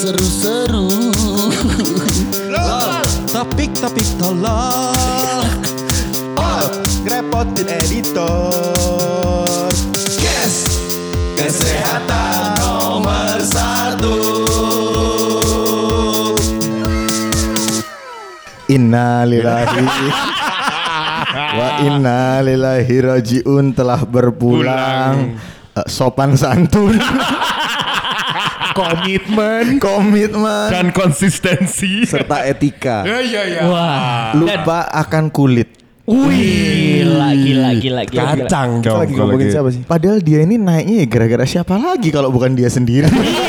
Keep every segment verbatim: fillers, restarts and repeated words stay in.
seru-seru. Topik-topik tolol. Oh, ngerepotin editor. Yes, kesehatan nomor satu. Innalillahi wa innalillahi rajiun telah berpulang. Uh, sopan santun, Komitmen komitmen dan konsistensi serta etika. Ya ya ya. Wah. Lupa akan kulit. Wih, gila gila gila gila. Kacang Kita dong. lagi kalau ngomongin gitu. siapa sih? Padahal dia ini naiknya ya gara-gara siapa lagi kalau bukan dia sendiri.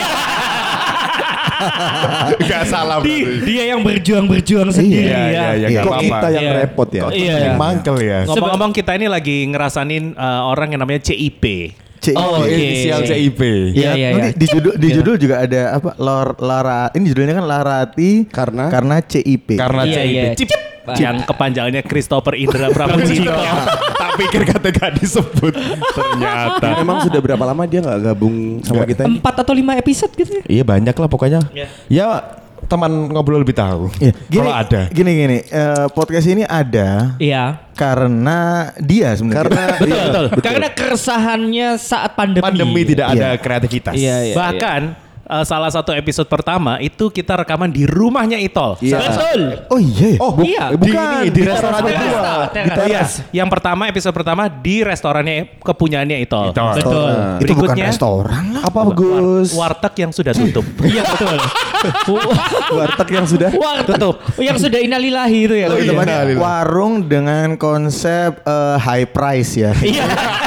Gak salah Di, berarti. dia yang berjuang-berjuang sendiri Iya, ya. iya, iya, Iya. gak Kok apa-apa. kita yang Iya. repot ya? Kok Iya, kita yang iya. mangkel ya. Ngomong-ngomong kita ini lagi ngerasain uh, orang yang namanya C I P. C I P. Oh, oke. Inisial C I P. Iya, iya, Nanti iya. di judul di judul juga ada apa? Lor, Lara. Ini judulnya kan Larati karena karena C I P. Karena Iya, C I P. iya. Cip. Yang kepanjangannya Christopher Indra Pramucito. Tak pikir kata gak disebut. Ternyata. Emang sudah berapa lama dia nggak gabung sama kita? ini? Empat atau lima episode gitu ya. Iya banyak lah pokoknya. Iya. Ya teman ngobrol lebih tahu. Iya, gini, Kalau ada. Gini gini, eh, podcast ini ada Iya. karena dia sebenarnya. Karena Betul, iya, betul. Karena keresahannya saat pandemi. Pandemi tidak ada Iya. kreativitas. Iya, iya. Bahkan uh, salah satu episode pertama itu kita rekaman di rumahnya Itol. Iya. Betul. Oh iya. ya? Oh bu- Iya. eh, bukan Di- di restoran teras kedua. gua. Teras. Di teras. Iya, yang pertama episode pertama di restorannya kepunyaannya Itol. Itol. Betul. Itu bukan Berikutnya restoran lah. Apa Gus? warteg yang sudah tutup. Iya betul. Warteg yang sudah Wah, tutup. Yang sudah innalillahi itu ya. Oh, Iya. tempatnya warung dengan konsep eh, high price ya. Iya.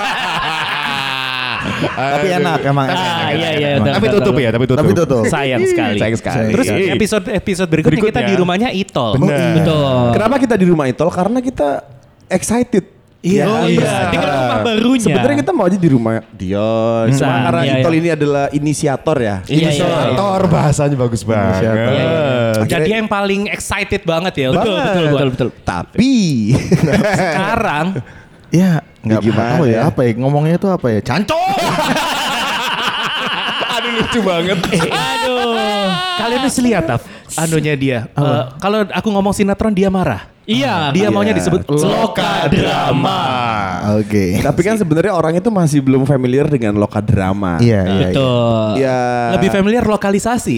Tapi enak emang. Ah, enak. iya iya. Emang. betul, Tapi betul, tutup betul. ya, tapi tutup. Tapi tutup. Sayang sekali. Sayang sekali. Terus Iya. episode episode berikutnya, kita Berikutnya. di rumahnya Itol. Benar. Betul. Kenapa kita di rumah Itol? Karena kita excited. Iya. Oh iya. Dengan rumah barunya. Sebenarnya kita mau aja di rumah dia. Cuma Hmm. karena Iya, Itol iya. ini adalah inisiator ya. Iya, iya, iya. Inisiator bahasanya bagus banget. Inisiator. Iya, iya. Jadi yang paling excited banget ya. Betul, Untuk- betul, betul, betul. Tapi Sekarang Ya nggak Gimana tahu ya ya? apa ya ngomongnya itu apa ya? Cancok. Aduh lucu banget. Aduh. kalian mesti lihat Taf, anunya dia. Eh, kalau aku ngomong sinetron dia marah. Iya. Dia Iya. maunya disebut Loka drama. Oke. tapi kan sebenarnya orang itu masih belum familiar dengan loka drama. Iya iya. iya. Betul. Ya. Lebih familiar lokalisasi.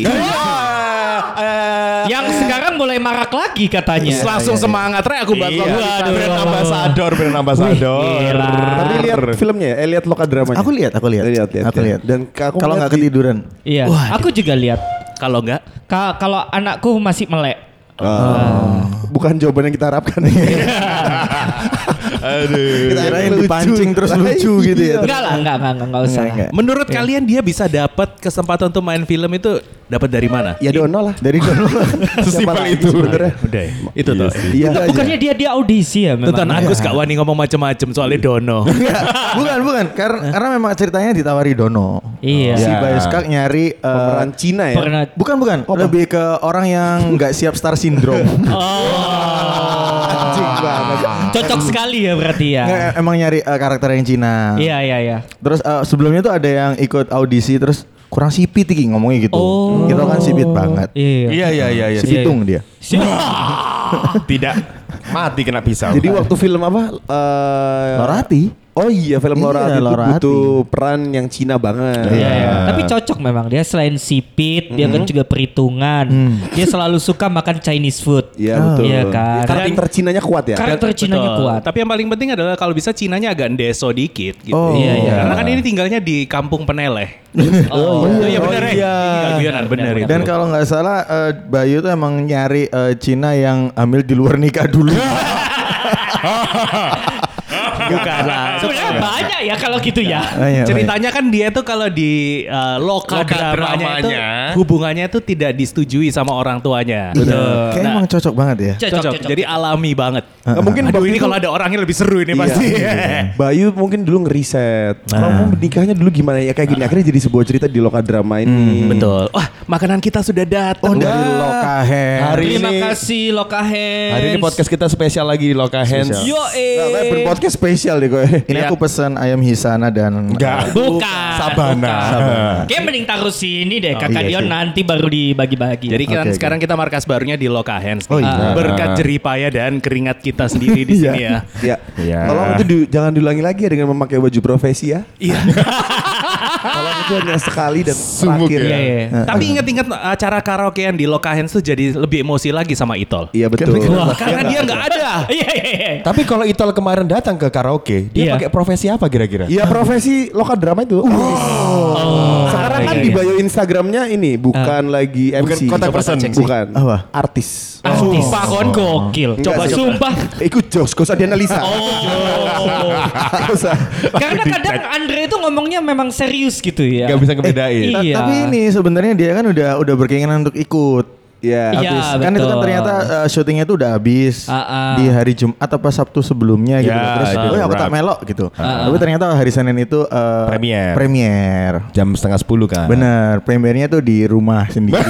Yang sekarang mulai marak lagi katanya. Terus langsung semangat, Re, aku bakal Iya. Brand ambassador, brand ambassador. Gila. Tapi lihat filmnya ya, eh, lihat loka dramanya. Aku lihat, aku lihat. Lihat, lihat, aku ya. lihat. Dan aku kalau ngeliat nggak di- ketiduran. Iya. Aku juga lihat. Kalau enggak, Ka- kalau anakku masih melek. Oh. Bukan jawaban yang kita harapkan. Aduh. Kita kirain dipancing terus lucu gitu ya. Enggak lah, enggak, enggak, enggak, enggak usah. Enggak, enggak. menurut kalian dia bisa dapat kesempatan untuk main film itu dapat dari mana? Ya Dono lah. Dari dulu. Siapa lagi itu. sebenarnya? Udah, ya? itu tuh. Iya. Bukannya dia dia audisi ya memang. Tonton Agus gak wani ngomong macem-macem soalnya Dono. bukan, bukan. Karena karena memang ceritanya ditawari Dono. Iya. Si Ya. Bayoskak nyari eh, Pemeran Cina ya. Pernah. bukan bukan, lebih ke orang yang nggak siap star syndrome. Oh. Anjing banget. Cocok sekali ya berarti ya. Nggak, emang nyari eh, karakter yang Cina. Iya, iya, iya. Terus eh, sebelumnya tuh ada yang ikut audisi terus kurang sipit iki ngomongnya gitu. Oh. Kita kan sipit banget. Iya. Iya iya iya iya. Sipitung dia. Tidak mati kena pisau. Jadi waktu film apa? Eh, Lorati. Oh iya, film Iya, Lorati itu Lorati. butuh peran yang Cina banget. Iya, iya. Tapi cocok memang dia selain sipit, dia kan juga perhitungan. Dia selalu suka makan Chinese food. Iya Ah. betul. Iya kan. Karakter Cinanya kuat ya. Karakter Cinanya Betul. kuat. Tapi yang paling penting adalah kalau bisa Cinanya agak ndeso dikit gitu. Oh. Iya, iya. Karena kan ini tinggalnya di Kampung Peneleh. Oh, Oh iya benar Oh, ya. iya. Tinggal guyonan benar itu. Dan kalau nggak salah eh, Bayu tuh emang nyari eh, Cina yang hamil di luar nikah dulu. bukan lah. Sebenarnya banyak ya kalau gitu ya. Ah, iya, Ceritanya kan dia tuh kalau di uh, loka, Loka dramanya itu dramanya. hubungannya tuh tidak disetujui sama orang tuanya. Betul. Kayak Nah, emang cocok banget ya. Cocok, Cocok. cocok. Jadi alami banget. Nggak mungkin Aduh waktu ini itu- kalau ada orangnya lebih seru ini Iya. pasti. Bayu mungkin dulu ngeriset. Kalau mau menikahnya dulu gimana ya kayak gini. Akhirnya jadi sebuah cerita di loka drama ini. Betul. Wah makanan kita sudah datang. Oh dari Lokahen. Hari Terima ini- kasih Loka Hands. Hari ini podcast kita spesial lagi Loka Hands. Spesial. Yo Nah, kayak berpodcast spesial spesial deh kowe. Ini Iya. aku pesan ayam Hisana dan Enggak. Bukan. Sabana. Kayak mending taruh sini deh. Kakak iya Dion sih. nanti baru dibagi-bagi. Jadi kan Oke, sekarang kita markas barunya di Loka Hands. Oh, nih. iya. Berkat jeripaya dan keringat kita sendiri di sini ya. Ya. Iya. Tolong itu di- jangan diulangi lagi ya dengan memakai baju profesi ya. Iya. Tolong itu hanya sekali dan Sumuk terakhir. Iya, ya. iya. Tapi ingat-ingat acara karaokean di Loka Hands tuh jadi lebih emosi lagi sama Itol. Iya betul. Wah, Karena dia nggak ada. Iya, iya, iya. Tapi kalau Itol kemarin datang ke karaoke, dia Iya. pakai profesi apa kira-kira? Iya profesi lokal drama itu. Oh, Sekarang kan iya, di iya. bio Instagramnya ini bukan lagi M C. Bukan contact Coba person. cek sih. Bukan. Apa? Artis. Sumpah kon gokil. Enggak Coba sih. sumpah. Ikut jokes, gak usah dianalisa. Oh. Gak usah. Karena kadang Andre itu ngomongnya memang serius gitu ya. Gak bisa ngebedain. Ta- Iya. Tapi ini sebenarnya dia kan udah udah berkeinginan untuk ikut. Iya. Iya, Habis. Kan itu kan betul. ternyata uh, syutingnya itu udah habis Ah, ah. di hari Jumat apa Sabtu sebelumnya gitu. Ya, Terus itu oh ya aku tak wrap. melok gitu. Ah, Tapi ternyata hari Senin itu uh, Premier. Premier. Jam setengah sepuluh kan. Bener, premiernya tuh di rumah sendiri.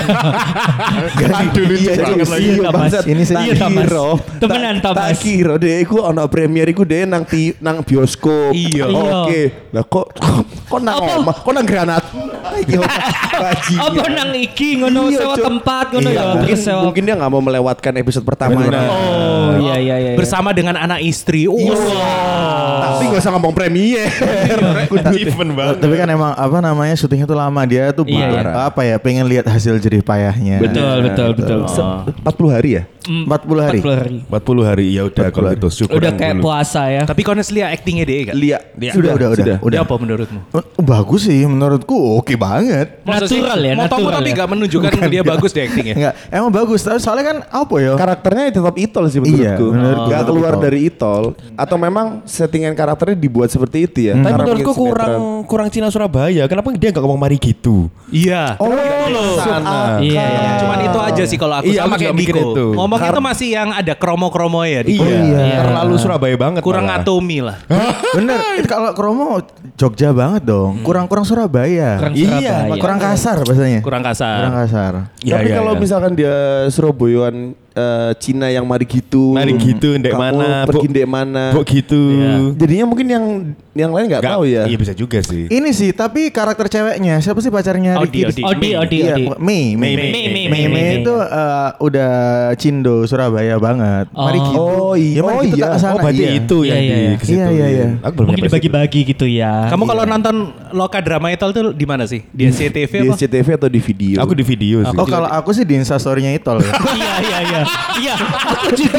Aduh lucu Iya, banget Cuk. lagi. Iya, Thomas. bangsat. Ini sih- Tak Iya, Thomas. kira. Temenan, Tak- Thomas. Tak kira deh iku ono premier iku deh nang ti, nang bioskop. Iya. Oke. Lah kok kok nang Apa? omah, kok nang granat. Ayo. Bajingan. Apa nang iki ngono Iya, sewa Cuk. tempat ngono Iya, ya. mungkin, Terus sewa. mungkin dia nggak mau melewatkan episode pertamanya. Oh, iya iya iya. Bersama dengan anak istri. Wow. Tapi gak usah ngomong premier. Event banget. Tapi kan emang apa namanya syutingnya tuh lama, dia tuh Iya, bar- iya. apa ya pengen lihat hasil jerih payahnya. Betul betul betul. empat puluh hari ya? empat puluh hari. empat puluh hari. empat puluh hari ya udah kalau gitu syukur. Udah kayak puasa ya. Tapi honestly ya actingnya dia kan. Lia. Sudah, udah, udah, udah. Dia apa menurutmu? Oh, bagus sih menurutku, oke banget. Natural ya, Motomu natural tapi ya. gak menunjukkan dia bagus deh actingnya. Enggak, emang bagus. Tapi soalnya kan apa ya? Karakternya tetap Itol sih menurutku. Iya, menurutku Gak tetap keluar Itol. dari Itol. Atau memang settingan karakternya dibuat seperti itu ya. Tapi Karena menurutku mungkin kurang sinetron. kurang Cina Surabaya. Kenapa dia gak ngomong mari gitu? Iya. Oh, Sana. Iya, iya. Cuman itu aja sih kalau aku Iya, sama aku kayak juga mikir Miko. itu. Ngomongnya tuh masih yang ada kromo-kromo ya. di- Iya, iya. terlalu Surabaya banget. Kurang malah. atomi lah. Bener, itu kalau Kromo Jogja banget dong. Kurang-kurang Surabaya. Kurang Iya, Surabaya. Kurang kasar bahasanya. Kurang kasar. Kurang kasar. Iya, Tapi iya, kalau iya. misalkan dia Surabayaan eh, Cina yang mari gitu. Mari gitu, ndek kamu mana, Pergi Bok- ndek mana. Bok gitu. Iya. Jadinya mungkin yang yang lain nggak Nggak- tahu ya. Iya bisa juga sih. Ini sih, tapi karakter ceweknya siapa sih pacarnya Odi, Ricky? Odi. Odi Odi Iya, Odi. Mei, Mei, Mei, Mei, Mei, Mei, Mei, Mei Mei. itu eh, udah Cindo Surabaya banget. Oh. Mari gitu. Oh, iya. Ya, mari Oh, gitu iya. tak kesana, Oh berarti iya. itu Iya, yang iya, di iya. ke situ. Iya, iya, iya. Aku belum Mungkin nyampe situ. dibagi-bagi gitu ya. Kamu kalau nonton Loka Drama Itol tuh di mana sih? Di S C T V Di apa? S C T V atau di video? Aku di video sih. Oh kalau aku sih di instastorynya Itol ya. Iya iya iya. Iya, aku juga.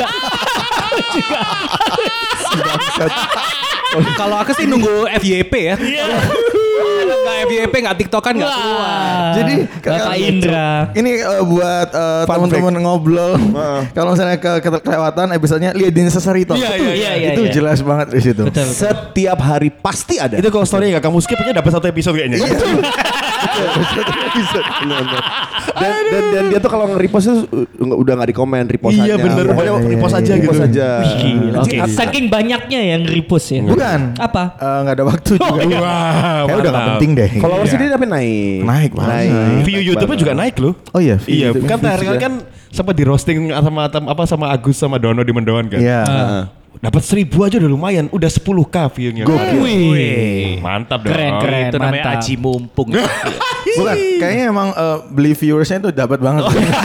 Kalau aku sih nunggu F Y P ya. Kalau nggak F Y P nggak TikTokan nggak keluar. Wah. Jadi Bapak kalau- Indra. Ini eh, buat eh, Fun teman-teman ngobrol. Kalau misalnya ke ke- kelewatan episodenya lihat di instastory Itol. Iya, iya, iya, iya, Itu iya. jelas banget di situ. Betul. Setiap hari pasti ada. Itu kalau story nggak kamu skip aja dapat satu episode kayaknya. dan, dan, dan dia tuh kalau nge-repost tuh uh, udah nggak di komen, repost Iya aja. bener. Pokoknya iya, repost iya, aja iya. gitu. Repost aja. Gila. Oke. Saking banyaknya yang repost ya. Bukan. Apa? Eh, nggak ada waktu juga. Wah, Kayak udah nggak mantap. penting deh. Followers dia tapi naik. Naik banget. View YouTube-nya juga naik loh. Oh iya. Iya, YouTube kan views terakhir juga. kan sempat di roasting sama apa sama Agus sama Dono di Mendoan kan. Iya. Dapat seribu aja udah lumayan, udah sepuluh k view-nya. Wih. Mantap dong. Keren, keren. Itu namanya mantap. aji mumpung. Bukan. Kayaknya emang eh, beli viewersnya itu dapat banget.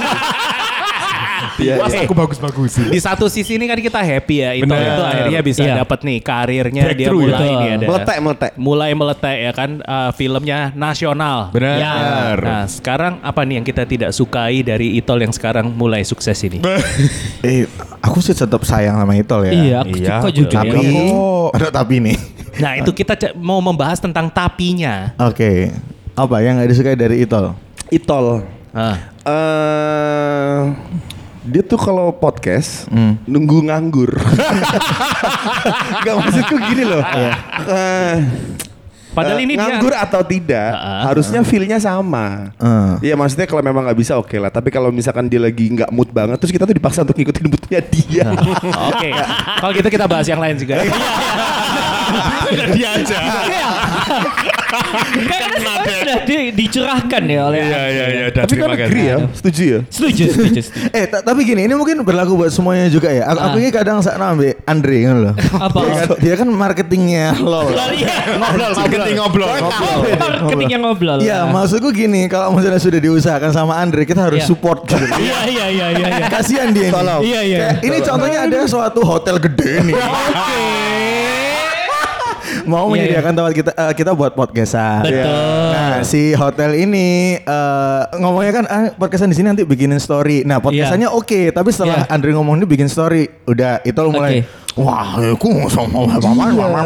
Iya, Mas iya. aku bagus-bagusin. Di satu sisi ini kan kita happy ya. Itu Bener. itu akhirnya bisa Iya. dapat nih karirnya dia Breakthrough mulai ya. ini ada. Meletek, meletek. Mulai meletek ya kan eh, filmnya nasional. Benar. Ya. Nah, sekarang apa nih yang kita tidak sukai dari Itol yang sekarang mulai sukses ini? eh, aku sih tetap sayang sama Itol ya. Iya, aku Iya, kok jujur Tapi ya. ada tapi nih. Nah, itu kita c- mau membahas tentang tapinya. Oke. Apa yang nggak disukai dari Itol? Itol. Ah. Eh, dia tuh kalau podcast Hmm. nunggu nganggur. Gak maksudku gini loh. Eh, Padahal eh, ini dia nganggur atau tidak, Ah, ah. harusnya feel-nya sama. Ah. Iya maksudnya kalau memang nggak bisa oke lah. Tapi kalau misalkan dia lagi nggak mood banget, terus kita tuh dipaksa untuk ngikutin moodnya dia. Oke. Kalau gitu kita bahas yang lain juga. Dia aja. Karena sebenarnya udah di, dicurahkan ya oleh Iya iya iya. Dan Tapi kan terima agree ya, kasih. setuju ya. Setuju, setuju, setuju. Eh ta- tapi gini, ini mungkin berlaku buat semuanya juga ya. Aku, Ah. aku ini kadang sakna ambil Andre kan loh. Apa? Dia kan, dia kan marketingnya lol. Ngobrol, marketing ngobrol. Marketing yang ngobrol. Iya, maksudku gini, kalau misalnya sudah diusahakan sama Andre, kita harus Iya. support gitu. Iya, iya, iya, iya. iya. Kasihan dia ini. Iya, iya. Kayak ini contohnya ada suatu hotel gede nih. Oke. Mau Iya, menyediakan tempat kita eh, kita buat podcastan. Betul. Nah, si hotel ini eh, ngomongnya kan ah, podcastan di sini nanti bikinin story. Nah, podcastannya oke, tapi setelah Iya. Andre ngomong ini bikin story, udah itu lo mulai Oke. wah, aku ngomong sama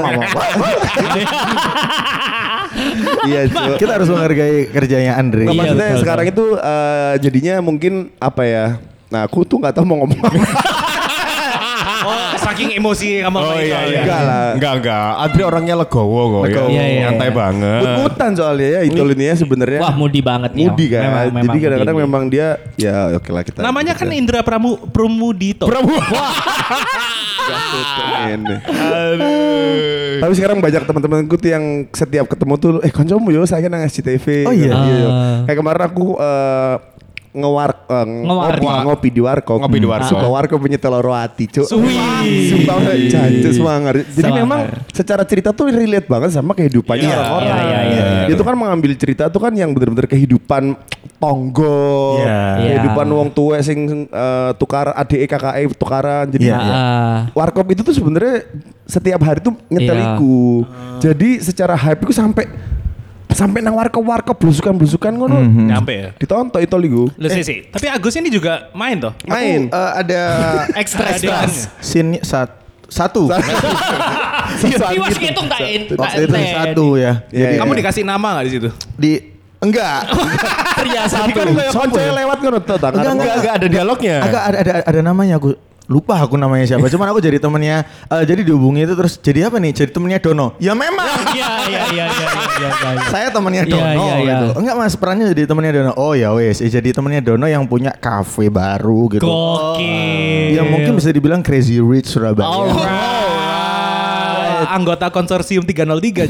Iya, Cuk. kita harus menghargai kerjanya Andre. Nah, Iya, maksudnya betul, sekarang itu eh, jadinya mungkin apa ya? Nah, aku tuh nggak tahu mau ngomong apa. Oh, saking emosi kamu Oh sama iya Ito. iya. Enggak lah. Enggak enggak. Adri orangnya legowo kok ya. Legowo. Iya, iya, Nyantai iya. banget. Mut-mutan soalnya ya itu ini ya sebenarnya. Wah, mudi banget ya. Mudi kan. Memang, memang Jadi kadang-kadang mudi. memang dia ya oke lah kita. Namanya kan Indra Pramu Promudito. Ini. Tapi sekarang banyak teman-temanku tuh yang setiap ketemu tuh eh kancamu yo saya nang S C T V. Oh iya. Ah. Kayak kemarin aku eh, ngewar eh, Ngewar- ngopi, ngopi di warkop. Ngopi di warkop. Suka warkop punya telur roti, Cuk. Wih. Sumpah jancuk semangat. Jadi Semangat. memang secara cerita tuh relate banget sama kehidupannya Iya, orang-orang. iya, iya, iya, iya. Dia tuh kan mengambil cerita tuh kan yang bener-bener kehidupan tonggo, Iya. kehidupan Iya. wong tua sing eh, tukar A D E K K E tukaran. Jadi Iya, iya. Ah, warkop itu tuh sebenarnya setiap hari tuh nyetel Iya. iku. Jadi secara hype itu sampai sampai nang warkop-warkop blusukan-blusukan ngono. Nyampe ya. Ditonton itu ligu. Lu sih sih. Tapi Agus ini juga main toh. Main. Eh, ada Ekstra Extras. scene sat- satu. Ini masih ngitung tak en- tak Waktu itu enten. satu ya. Iya, iya. Kamu dikasih nama nggak di situ? Di enggak. Pria Jadi satu. kan kayak konconya lewat ngono tuh tangan. Enggak, Enggak enggak ada dialognya. Agak ada, ada ada namanya aku lupa aku namanya siapa. Cuman aku jadi temennya eh, jadi dihubungi itu terus jadi apa nih? Jadi temennya Dono. Ya memang. Iya, iya, iya, iya, iya, iya. Saya temennya Iya, Dono iya, iya. gitu. Enggak Mas, perannya jadi temennya Dono. Oh ya wes, eh, jadi temennya Dono yang punya kafe baru gitu. Gokil. Ya mungkin bisa dibilang Crazy Rich Surabaya. Alright. Wah, anggota konsorsium tiga nol tiga.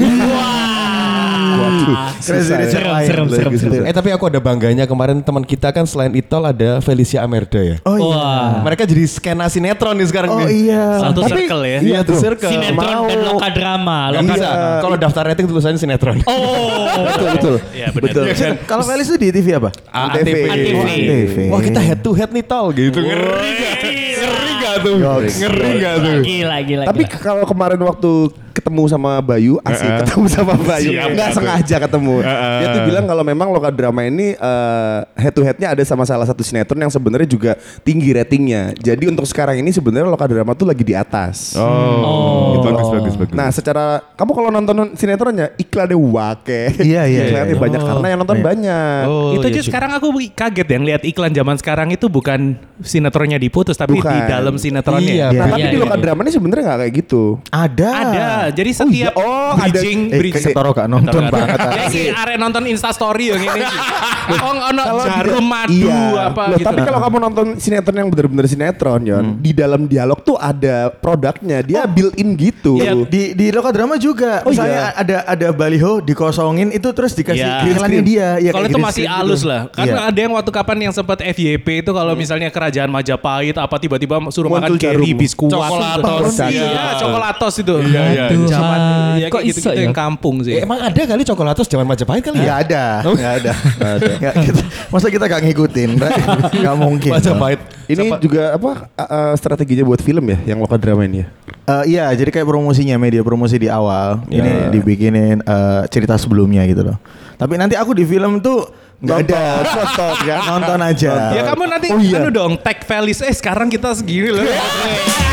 Waduh, Crazy susah Rich ya. yang lain. Serem, serem, Gitu. serem. Eh tapi aku ada bangganya kemarin teman kita kan selain Itol ada Felicia Amerda ya. Oh iya. Wah. Mereka jadi skena sinetron nih sekarang Oh nih. iya. Satu Tapi- circle ya. Iya tuh circle. Sinetron Mau. dan loka drama. Gak Loka bisa. Kalau daftar rating tulisannya sinetron. Oh. Betul betul. Iya benar. Betul. Kalau Felis itu di T V apa? Antv. Antv. Antv. Wah kita head to head nih Tol gitu. Ngeri gak? Ngeri gak tuh? Yoks. Ngeri gak tuh? Gila, gila. Tapi gila. kalau kemarin waktu ketemu sama Bayu, asik Heeh. ketemu sama Bayu, Siap, nggak siap. sengaja ketemu. Heeh. Dia tuh bilang kalau memang loka drama ini eh, head to headnya ada sama salah satu sinetron yang sebenarnya juga tinggi ratingnya. Jadi untuk sekarang ini sebenarnya loka drama tuh lagi di atas. Oh. Bagus bagus bagus. Nah, secara kamu kalau nonton sinetronnya iklannya wake. Iya, iya, Iklannya iya. banyak karena yang nonton Iya. banyak. Oh, itu aja iya, sekarang aku kaget ya ngeliat iklan zaman sekarang itu bukan sinetronnya diputus tapi Bukan. di dalam sinetronnya. Iya, Nah, Iya, tapi iya, di loka iya. drama ini sebenarnya nggak kayak gitu. Ada. Ada. Jadi setiap Oh, ada. bridging Eh, bridging. ketoro gak nonton banget. Jadi arek nonton Insta story yang ini. Oh, ono Kalau jarum di- madu iya. apa Loh, gitu. tapi kalau kamu nonton sinetron yang bener-bener sinetron, Yon, di dalam dialog tuh ada produknya, dia built-in gitu. Iya. Di di loka drama juga. Oh, Misalnya iya. ada ada baliho dikosongin itu terus dikasih Iya. green screen dia. Ya, kalau kayak itu green masih screen halus gitu. lah. Kan Iya. ada yang waktu kapan yang sempat F Y P itu kalau misalnya kerajaan Majapahit apa tiba-tiba suruh makan Muncul jarum. Gary biskuit. Coklatos. Iya, coklatos itu. Iya, iya. Tuhan. Zaman ya Kok kayak gitu, iso gitu ya? yang kampung sih. Eh, emang ada kali coklatos zaman Majapahit kali Nggak ya? ada, nggak ada, nggak ada. Nggak, kita, masa kita gak ngikutin? Nggak mungkin. Majapahit. Ini juga apa uh, uh, strateginya buat film ya, yang loka drama ini ya? Eh, iya, jadi kayak promosinya, media promosi di awal. Ini dibikinin eh, cerita sebelumnya gitu loh. Tapi nanti aku di film tuh nggak ada, nonton ya, nonton aja. Ya kamu nanti Oh, iya. anu dong tag Felis eh sekarang kita segini loh.